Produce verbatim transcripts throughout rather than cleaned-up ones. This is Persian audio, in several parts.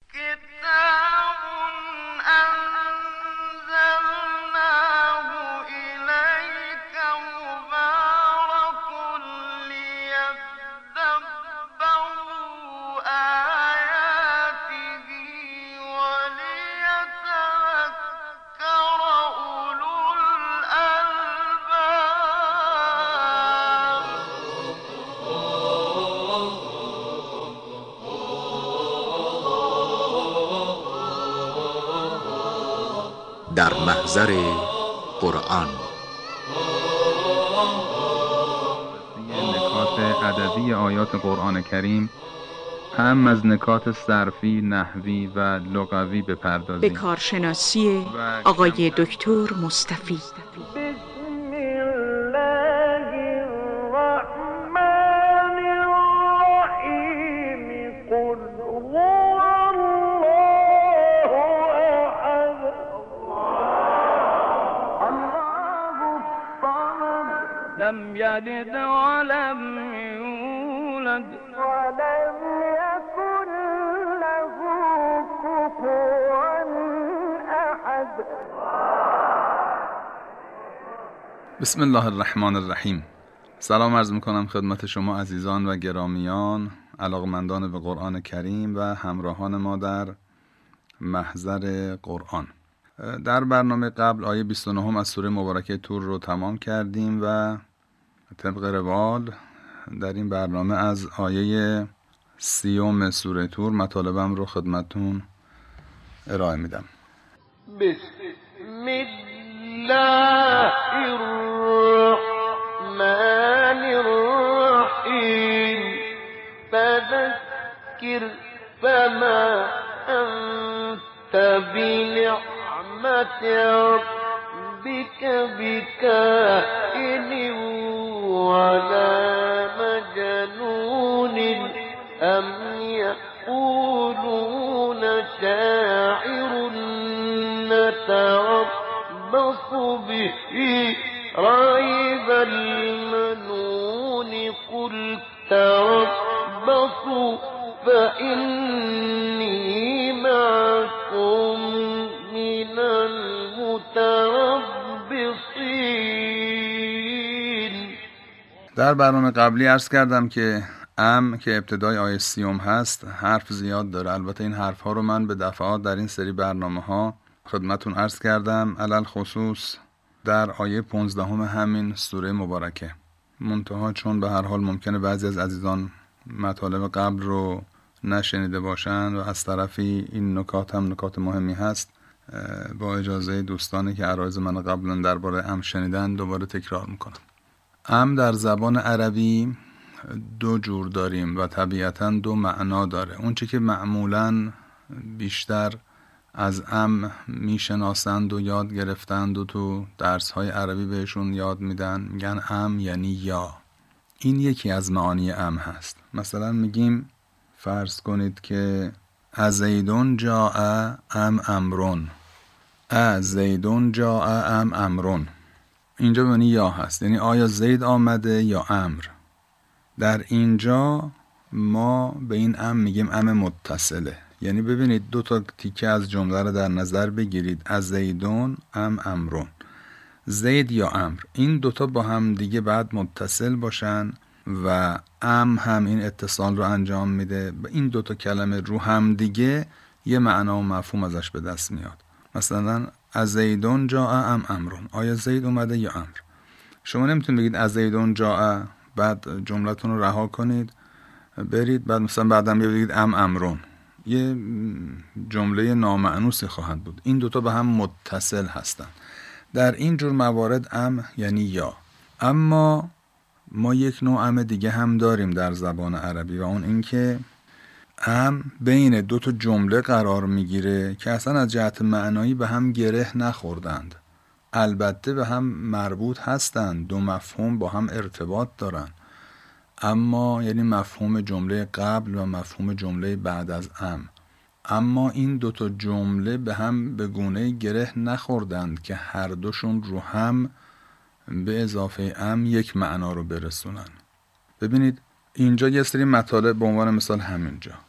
در محضر قرآن. نکات ادبی آیات قرآن کریم هم از نکات صرفی، نحوی و لغوی بپردازیم. به کارشناسی آقای دکتر مصطفی. لم يلد ولم يولد ولم يكن له كفوا أحد. بسم الله الرحمن الرحیم. سلام عرض میکنم خدمت شما عزیزان و گرامیان، علاقمندان به قرآن کریم و همراهان ما در محضر قرآن. در برنامه قبل آیه بیست و نه از سوره مبارکه طور رو تمام کردیم و طبق روال در این برنامه از آیه سیوم سوره طور مطالبم رو خدمتون ارائه میدم. بسم الله الرحمن الرحیم. فذکر فما انت بنعمت ربك بكائن ولا مجنون أم يقولون شاعر نتربص به ريب المنون قل تربصوا فإني معكم من المتربصين. در برنامه قبلی عرض کردم که ام که ابتدای آیه سیوم هست حرف زیاد داره. البته این حرف ها رو من به دفعات در این سری برنامه ها خدمتون عرض کردم، علل خصوص در آیه پانزدهم همین سوره مبارکه. منتها چون به هر حال ممکنه بعضی از عزیزان مطالب قبل رو نشنیده باشن و از طرفی این نکات هم نکات مهمی هست، با اجازه دوستانی که عرایض من قبلا درباره ام شنیدن دوباره تکرار میکنم. ام در زبان عربی دو جور داریم و طبیعتاً دو معنا داره. اون چی که معمولاً بیشتر از ام میشناسند و یاد گرفتند و تو درس‌های عربی بهشون یاد میدن، میگن ام یعنی یا. این یکی از معانی ام هست. مثلا میگیم فرض کنید که از زیدون جاء ام امرون، از زیدون جاء ام امرون. اینجا معنی یا هست، یعنی آیا زید آمده یا امر. در اینجا ما به این ام میگیم ام متصله. یعنی ببینید دو تا تیکه از جمله رو در نظر بگیرید، از زیدون ام امرون، زید یا امر. این دوتا با هم دیگه بعد متصل باشن و ام هم این اتصال رو انجام میده. این دوتا کلمه رو هم دیگه یه معنا و مفهوم ازش به دست میاد. مثلا از زیدون جاء ام امرون، آیا زید اومده یا امر. شما نمیتونید بگید از زیدون جاء بعد جملتون رو رها کنید برید بعد مثلا بعدم بگید ام امرون، یه جمله نامعنوسی خواهد بود. این دوتا به هم متصل هستن. در این جور موارد ام یعنی یا. اما ما یک نوع ام دیگه هم داریم در زبان عربی و اون این که ام بین دو تا جمله قرار میگیره که اصلا از جهت معنایی به هم گره نخوردند، البته به هم مربوط هستند، دو مفهوم با هم ارتباط دارن، اما یعنی مفهوم جمله قبل و مفهوم جمله بعد از ام. اما این دو تا جمله به هم به گونه گره نخوردند که هر دوشون رو هم به اضافه ام یک معنا رو برسونن. ببینید اینجا یه سری مطالب به عنوان مثال همینجا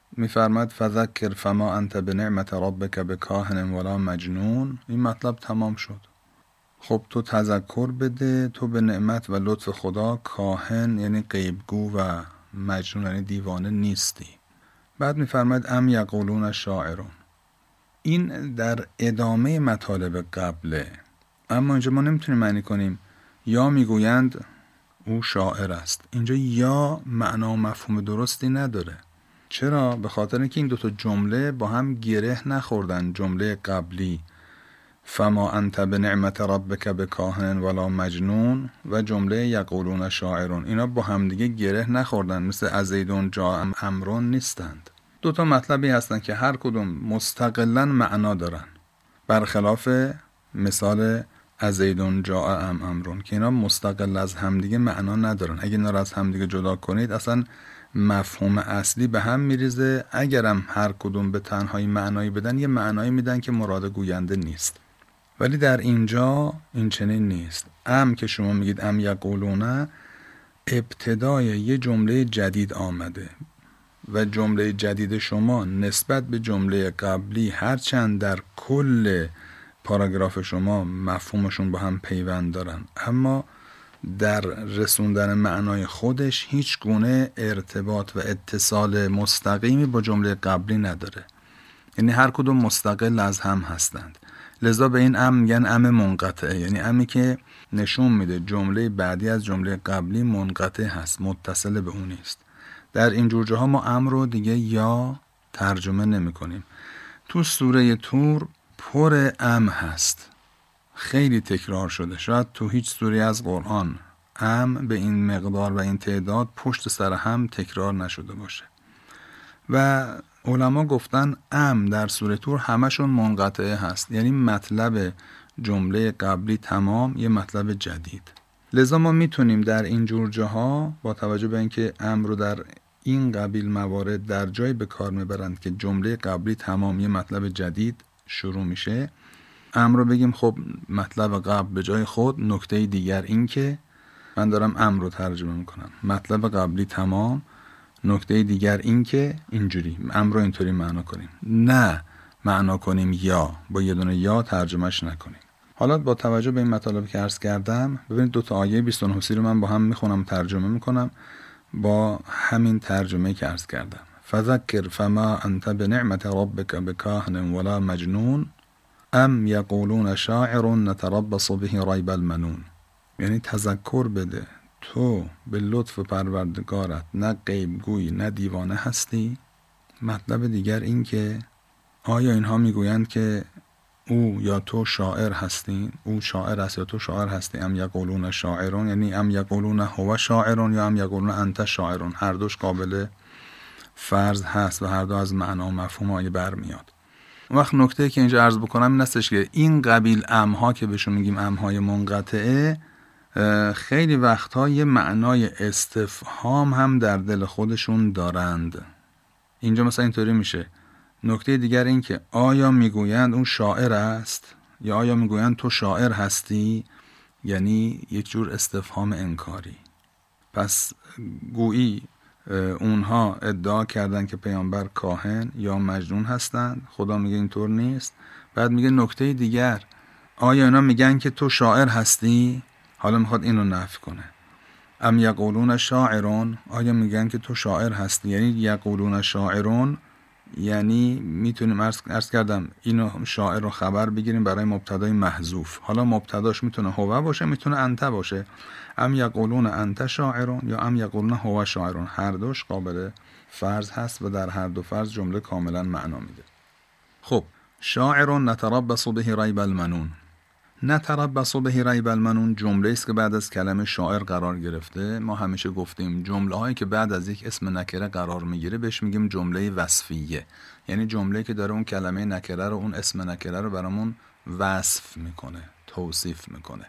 میفرماد فذکر فما انت بنعمت ربک بکاهن ولا مجنون. این مطلب تمام شد. خب تو تذکر بده، تو به نعمت و لطف خدا کاهن یعنی غیبگو و مجنون یعنی دیوانه نیستی. بعد میفرماد ام یقولون شاعرون. این در ادامه مطالب قبله، اما اینجا ما نمیتونیم معنی کنیم یا میگویند او شاعر است. اینجا یا معنا و مفهوم درستی نداره. چرا؟ به خاطر اینکه این دوتا جمله با هم گره نخوردن. جمله قبلی فما انت بنعمت ربک بکاهن ولا مجنون و جمله یقولون شاعرون، اینا با هم دیگه گره نخوردن، مثل ازیدون جا امرون نیستند. دوتا مطلبی هستن که هر کدوم مستقلاً معنا دارن، برخلاف مثال ازیدون جا ام امرون که اینا مستقل از همدیگه معنا ندارن. اگه اینا رو از همدیگه جدا کنید اصلا مفهوم اصلی به هم میریزه. اگرم هر کدوم به تنهایی معنایی بدن، یه معنایی میدن که مراد گوینده نیست. ولی در اینجا این چنین نیست. ام که شما میگید ام یقولون، ابتدای یه جمله جدید آمده و جمله جدید شما نسبت به جمله قبلی هرچند در کل پاراگراف شما مفهومشون با هم پیوند دارن، اما در رسوندن معنای خودش هیچ گونه ارتباط و اتصال مستقیمی با جمله قبلی نداره. یعنی هر کدوم مستقل از هم هستند. لذا به این ام میگن ام منقطعه، یعنی امی که نشون میده جمله بعدی از جمله قبلی منقطع هست، متصل به اون نیست. در این جور جاها ما ام رو دیگه یا ترجمه نمی کنیم. تو سوره طور پر ام هست، خیلی تکرار شده. شاید تو هیچ سوره از قرآن ام به این مقدار و این تعداد پشت سر هم تکرار نشده باشه. و علما گفتن ام در سوره طور همشون منقطعه هست، یعنی مطلب جمله قبلی تمام، یه مطلب جدید. لذا ما میتونیم در این جور جاها با توجه به اینکه ام رو در این قبیل موارد در جای به کار میبرند که جمله قبلی تمام، یه مطلب جدید شروع میشه، ام رو بگیم خب مطلب قبل به جای خود، نکته دیگر این که من دارم ام رو ترجمه میکنم، مطلب قبلی تمام، نکته دیگر این که اینجوری ام رو اینطوری معنا کنیم، نه معنا کنیم یا با یه دونه یا ترجمهش نکنیم. حالا با توجه به این مطالبی که عرض کردم، ببینید دو تا آیه بیست و نه رو من با هم میخونم ترجمه میکنم با همین ترجمه که عرض کردم. فذکر فما انت بنعمت ربک بکاهن ولا مجنون ام یقولون شاعر نتربص به ریب المنون. یعنی تذکر بده، تو به لطف پروردگارت نه غیبگویی نه دیوانه هستی. مطلب دیگر این که آیا اینها میگویند که او یا تو شاعر هستین، او شاعر است یا تو شاعر هستی. ام یقولون شاعرون یعنی ام یقولون هو شاعرون یا ام یقولون انت شاعرون، هر دوش قابل فرض هست و هر دو از معنا و مفهوم آیه برمیاد. اون وقت نکته که اینجا عرض بکنم این استش که این قبیل امها که بهشون میگیم امهای منقطعه، خیلی وقتها یه معنای استفهام هم در دل خودشون دارند. اینجا مثلا اینطوری میشه. نکته دیگر این که آیا میگویند اون شاعر است یا آیا میگویند تو شاعر هستی، یعنی یک جور استفهام انکاری. پس گویی اونها ادعا کردن که پیامبر کاهن یا مجنون هستند، خدا میگه اینطور نیست. بعد میگه نکته دیگر آیا اینا میگن که تو شاعر هستی، حالا میخواد اینو نفی کنه. ام یقولون شاعرون، آیا میگن که تو شاعر هستی، یعنی یقولون شاعرون یعنی میتونیم عرض, عرض کردم اینو شاعر رو خبر بگیریم برای مبتدای محذوف. حالا مبتداش میتونه هو باشه، میتونه انت باشه. ام یقولون انت شاعرون یا ام یقولون هو شاعرون، هر دوش قابل فرض هست و در هر دو فرض جمله کاملا معنا میده. خب شاعرون نتربص به ریب المنون. نتربص به ریب المنون جمله است که بعد از کلمه شاعر قرار گرفته. ما همیشه گفتیم جمله هایی که بعد از یک اسم نکره قرار میگیره بهش میگیم جمله وصفیه، یعنی جمله که داره اون کلمه نکره رو، اون اسم نکره رو برامون وصف میکنه، توصیف میکنه.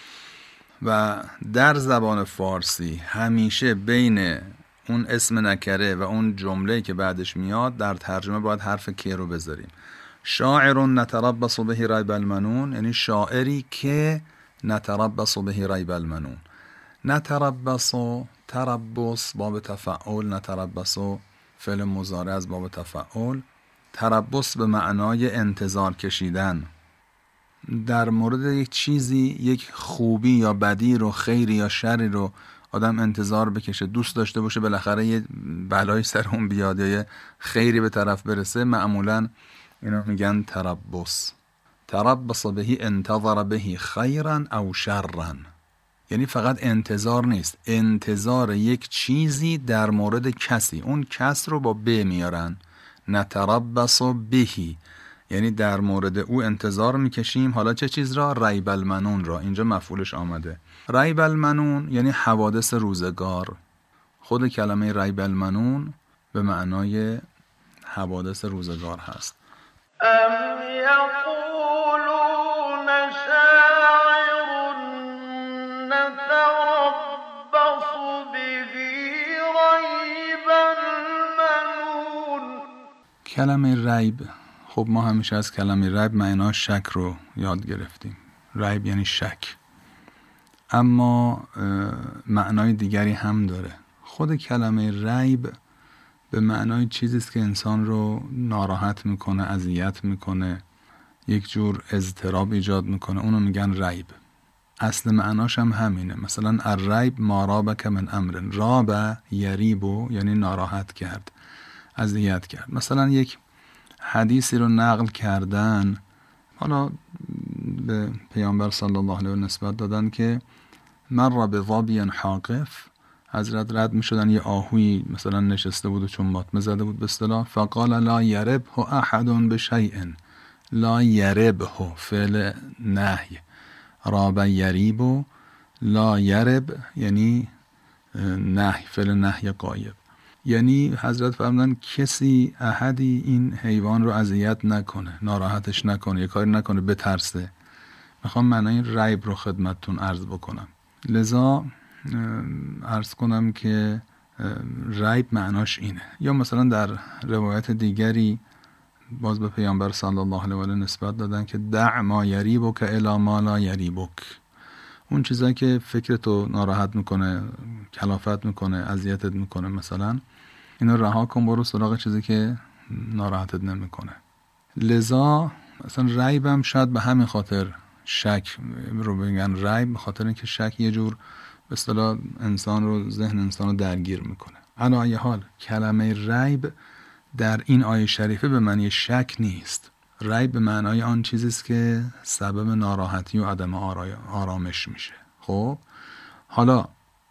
و در زبان فارسی همیشه بین اون اسم نکره و اون جمله که بعدش میاد در ترجمه باید حرف که رو بذاریم. شاعر نتربص به ریب المنون یعنی شاعری که نتربص به ریب المنون. نتربص، تربص باب تفعول، نتربص فعل مضارع از باب تفعول. تربص به معنای انتظار کشیدن. در مورد یک چیزی، یک خوبی یا بدی رو، خیری یا شری رو آدم انتظار بکشه، دوست داشته باشه بالاخره یه بلایی سر اون بیاد یا یه خیری به طرف برسه، معمولا اینا میگن تربص. تربص بهی انتظر بهی خیرا او شرا، یعنی فقط انتظار نیست، انتظار یک چیزی در مورد کسی. اون کس رو با ب میارن، نتربص بهی، یعنی در مورد او انتظار میکشیم. حالا چه چیز را؟ ریب المنون را. اینجا مفعولش آمده. ریب المنون یعنی حوادث روزگار. خود کلمه ریب المنون به معنای حوادث روزگار هست. ام یقولون شاعر نتربص به ریب المنون. کلمه ریب، خب ما همیشه از کلمه ریب معنای شک رو یاد گرفتیم. ریب یعنی شک، اما معنای دیگری هم داره. خود کلمه ریب به معنای چیزی است که انسان رو ناراحت میکنه، اذیت میکنه، یک جور اضطراب ایجاد میکنه، اونو میگن ریب. اصل معناش هم همینه. مثلا الریب ما رابک من امر، راب یریبو یعنی ناراحت کرد، اذیت کرد. مثلا یک حدیثی رو نقل کردن، حالا به پیامبر صلی الله علیه و نسبت دادن که مر بظبی حاقف، حضرت رد می شدن، یه آهوی مثلا نشسته بود و چون باطمه زده بود به اصطلاح، فقال لا یربه احد بشیء، لا یربه فعل نهی، راب یریبو، لا یرب یعنی نهی، فعل نهی غایب. یعنی حضرت فرمودن کسی احدی این حیوان رو اذیت نکنه، ناراحتش نکنه، یه کاری نکنه بترسه. میخوام معنای ریب رو خدمتتون عرض بکنم. لذا عرض کنم که ریب معناش اینه. یا مثلا در روایت دیگری باز به پیامبر صلی الله علیه و آله نسبت دادن که دع ما یریبک الی ما لا یریبک، اون چیزایی که فکرتو ناراحت میکنه، کلافت میکنه، اذیتت میکنه، مثلا اینو رها کن، برو سراغ چیزی که ناراحتت نمیکنه. لذا مثلا ریب هم شاید به همین خاطر شک رو بگن ریب، به خاطر اینکه شک یه جور به اصطلاح انسان رو، ذهن انسان رو درگیر میکنه. علی ای حال کلمه ریب در این آیه شریفه به معنی شک نیست. ریب به معنای آن چیزی است که سبب ناراحتی و عدم آرامش میشه. خب حالا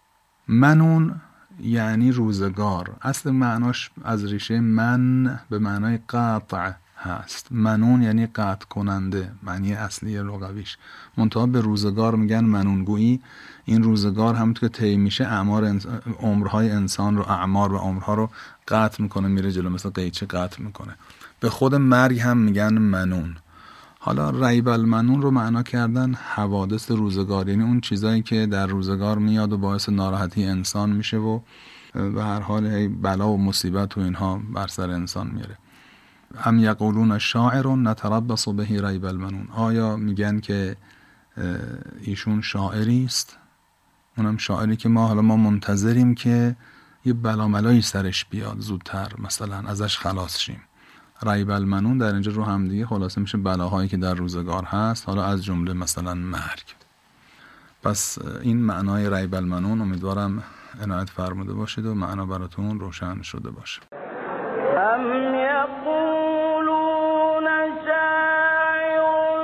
منون یعنی روزگار. اصل معناش از ریشه من به معنای قطع هست. منون یعنی قطع کننده، معنی اصلی لغویش. منتها به روزگار میگن منونگویی. این روزگار همونطور که طی میشه اعمار انس... عمرهای انسان رو، اعمار و عمرها رو قطع میکنه، میره جلو، مثل قیچی قطع میکنه. به خود مرگ هم میگن منون. حالا ریب المنون رو معنا کردن حوادث روزگار، یعنی اون چیزایی که در روزگار میاد و باعث ناراحتی انسان میشه و به هر حال بلا و مصیبت و اینها بر سر انسان میاره. ام یقولون شاعر نتربص به ریب المنون، آیا میگن که ایشون شاعری است، اونم شاعری که ما حالا ما منتظریم که یه بلاملایی سرش بیاد زودتر، مثلا ازش خلاص شیم. ریب المنون در اینجا رو هم دیگه خلاصه میشه بلاهایی که در روزگار هست، حالا از جمله مثلا مرگ. پس این معنای ریب المنون امیدوارم عنایت فرموده باشید و معنا براتون روشن شده باشه. ام یقولون شاعر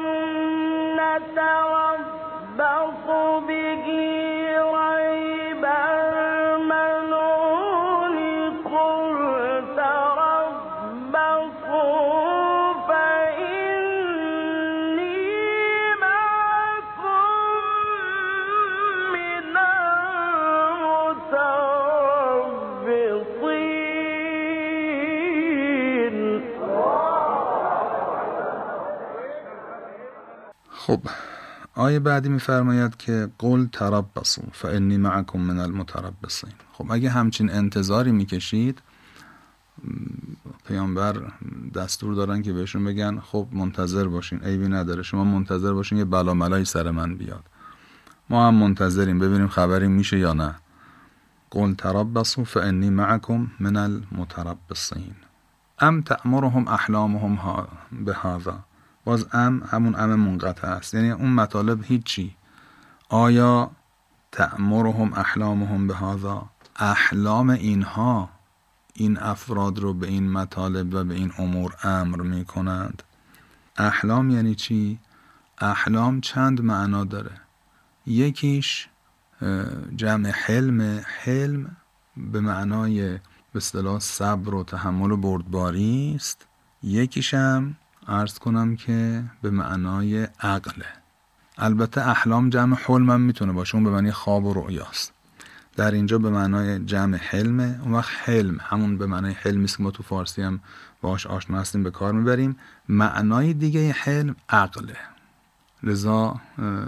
نتربص به ریب المنون قل تربصوا فإنی معکم من المتربصین. خب آیه بعدی میفرماید که قل تربصوا فانی معکم من المتربصین. خب اگه همچین انتظاری میکشید، پیامبر دستور دارن که بهشون بگن خب منتظر باشین، عیبی نداره، شما منتظر باشین یه بلا ملایی سر من بیاد، ما هم منتظریم ببینیم خبری میشه یا نه. قل تربصوا فإني معكم من المتربصین. ام تأمرهم احلامهم ها به هذا، باز ام همون ام منقطع است، یعنی اون مطالب هیچی. آیا تأمرهم احلامهم به هذا، احلام اینها این افراد رو به این مطالب و به این امور امر می کنند؟ احلام یعنی چی؟ احلام چند معنا داره. یکیش جمع حلم، حلم به معنای به اصطلاح صبر و تحمل و بردباری است. یکیش هم عرض کنم که به معنای عقله. البته احلام جمع حلم هم میتونه باشه، اون به معنی خواب و رؤیاست. در اینجا به معنای جمع حلمه. اون وقت حلم همون به معنای حلمی است که ما تو فارسی هم باهاش آشنا هستیم به کار میبریم. معنای دیگه حلم عقله. لذا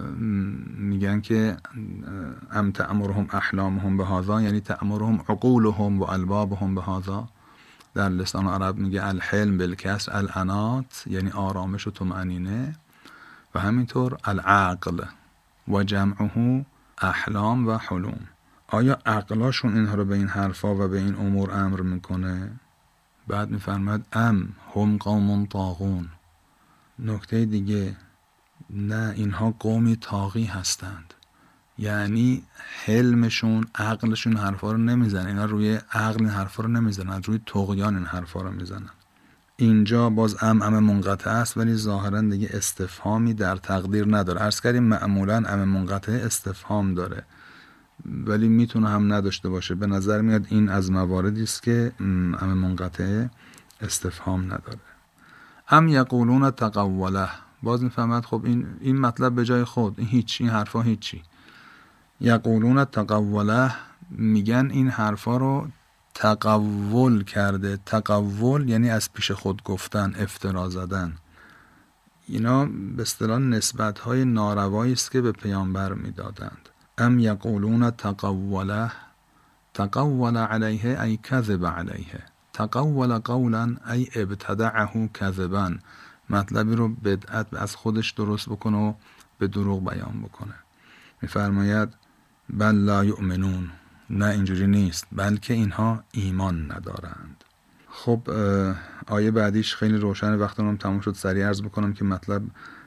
میگن که ام تأمرهم احلامهم به هذا، یعنی تأمرهم عقولهم و البابهم به هذا. در لسان عرب میگه الحلم بالکسر الانات، یعنی آرامش و طمأنینه، و همینطور العقل و جمعه احلام و حلوم. آیا عقلاشون اینها رو به این حرفا و به این امور امر میکنه؟ بعد میفرماد ام هم قوم طاغون. نکته دیگه، نه، اینها قومی طاغی هستند. یعنی حلمشون، عقلشون حرفا رو نمیزنن، اینا روی عقل این حرفا رو نمیزنن، روی طغیان این حرفا رو میزنن. اینجا باز ام ام منقطع است، ولی ظاهرا دیگه استفهامی در تقدیر نداره. عرض کردیم معمولا ام منقطع استفهام داره، ولی میتونه هم نداشته باشه. به نظر میاد این از مواردی است که ام منقطع استفهام نداره. ام یقولون تقوله، باز میفهمد خب این این مطلب به جای خود، این هیچ، این حرفا هیچی. یقولون تقوله، میگن این حرفا رو تقول کرده. تقول یعنی از پیش خود گفتن، افترا زدن. اینا به اصطلاح نسبت‌های ناروایی است که به پیامبر میدادند. ام یقولون تقوله، تقول علیه ای کذب علیه، تقول قولا ای ابتدعه کذبا، مطلبی رو بدعت از خودش درست بکنه و به دروغ بیان بکنه. میفرماید بل لا یؤمنون، نه اینجوری نیست، بلکه اینها ایمان ندارند. خب آیه بعدیش خیلی روشنه، وقتی هم تموم شد سریع عرض بکنم که مطلب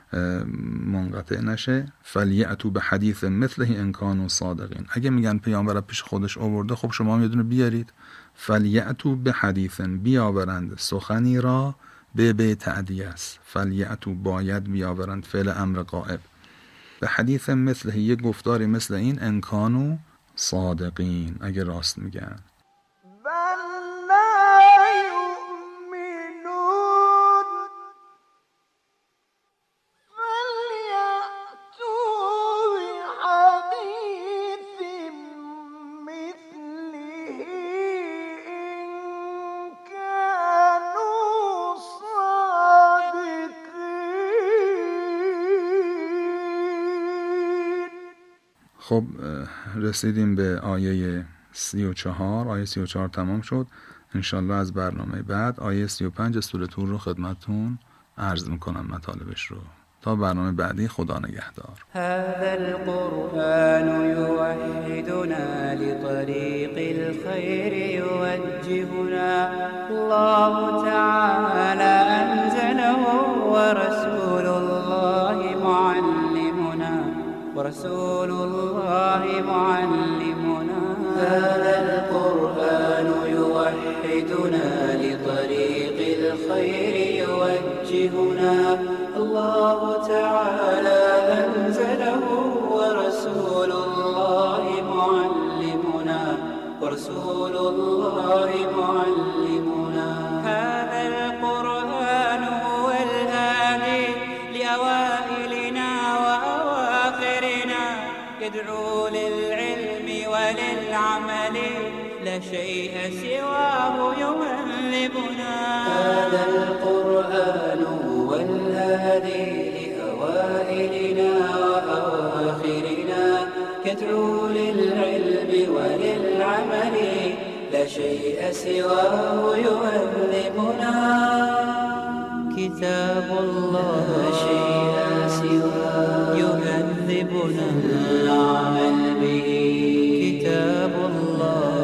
منقطع نشه. فلیأتوا به حدیث مثله ان کانوا صادقین، اگه میگن پیامبر پیش خودش آورده، خب شما هم یه دونه بیارید. فلیأتوا به حدیث، بیاورند سخنی را، به به تعدیه است. فلیأتوا باید بیاورند، فعل امر غائب. به حدیث مثله، یک گفتاری مثل این، ان کانوا صادقین، اگه راست میگن. خب رسیدیم به آیه سی و چهار. آیه سی و چهار تمام شد. انشالله از برنامه بعد آیه سی و پنج سوره طور رو خدمتون عرض میکنم مطالبش رو. تا برنامه بعدی، خدا نگهدار. هذا القرآن يوحدنا لطريق الخير يوجهنا الله تعالى أنزله ورسول الله معلمنا ورسول الله معلمنا. هذا القرآن يوحدنا لطريق الخير يوجهنا الله تعالى أنزله ورسول الله معلمنا ورسول الله معلمنا. هذا القرآن هو الهادي لأوائلنا وأواخرنا يدعو للعلم وللعمل لا شيء سواه يهذبنا. هذا القرآن هو الهادي لأوائلنا وأواخرنا يدعو للعلم وللعمل لا شيء سواه يهذبنا. كتاب الله لا شيء سواه يهذبنا العمل به. كتاب الله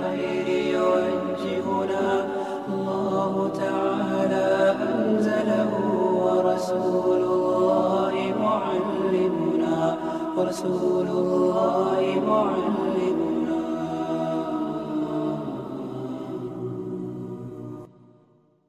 الخير يوجهنا الله تعالى أنزله ورسول الله معلمنا ورسول الله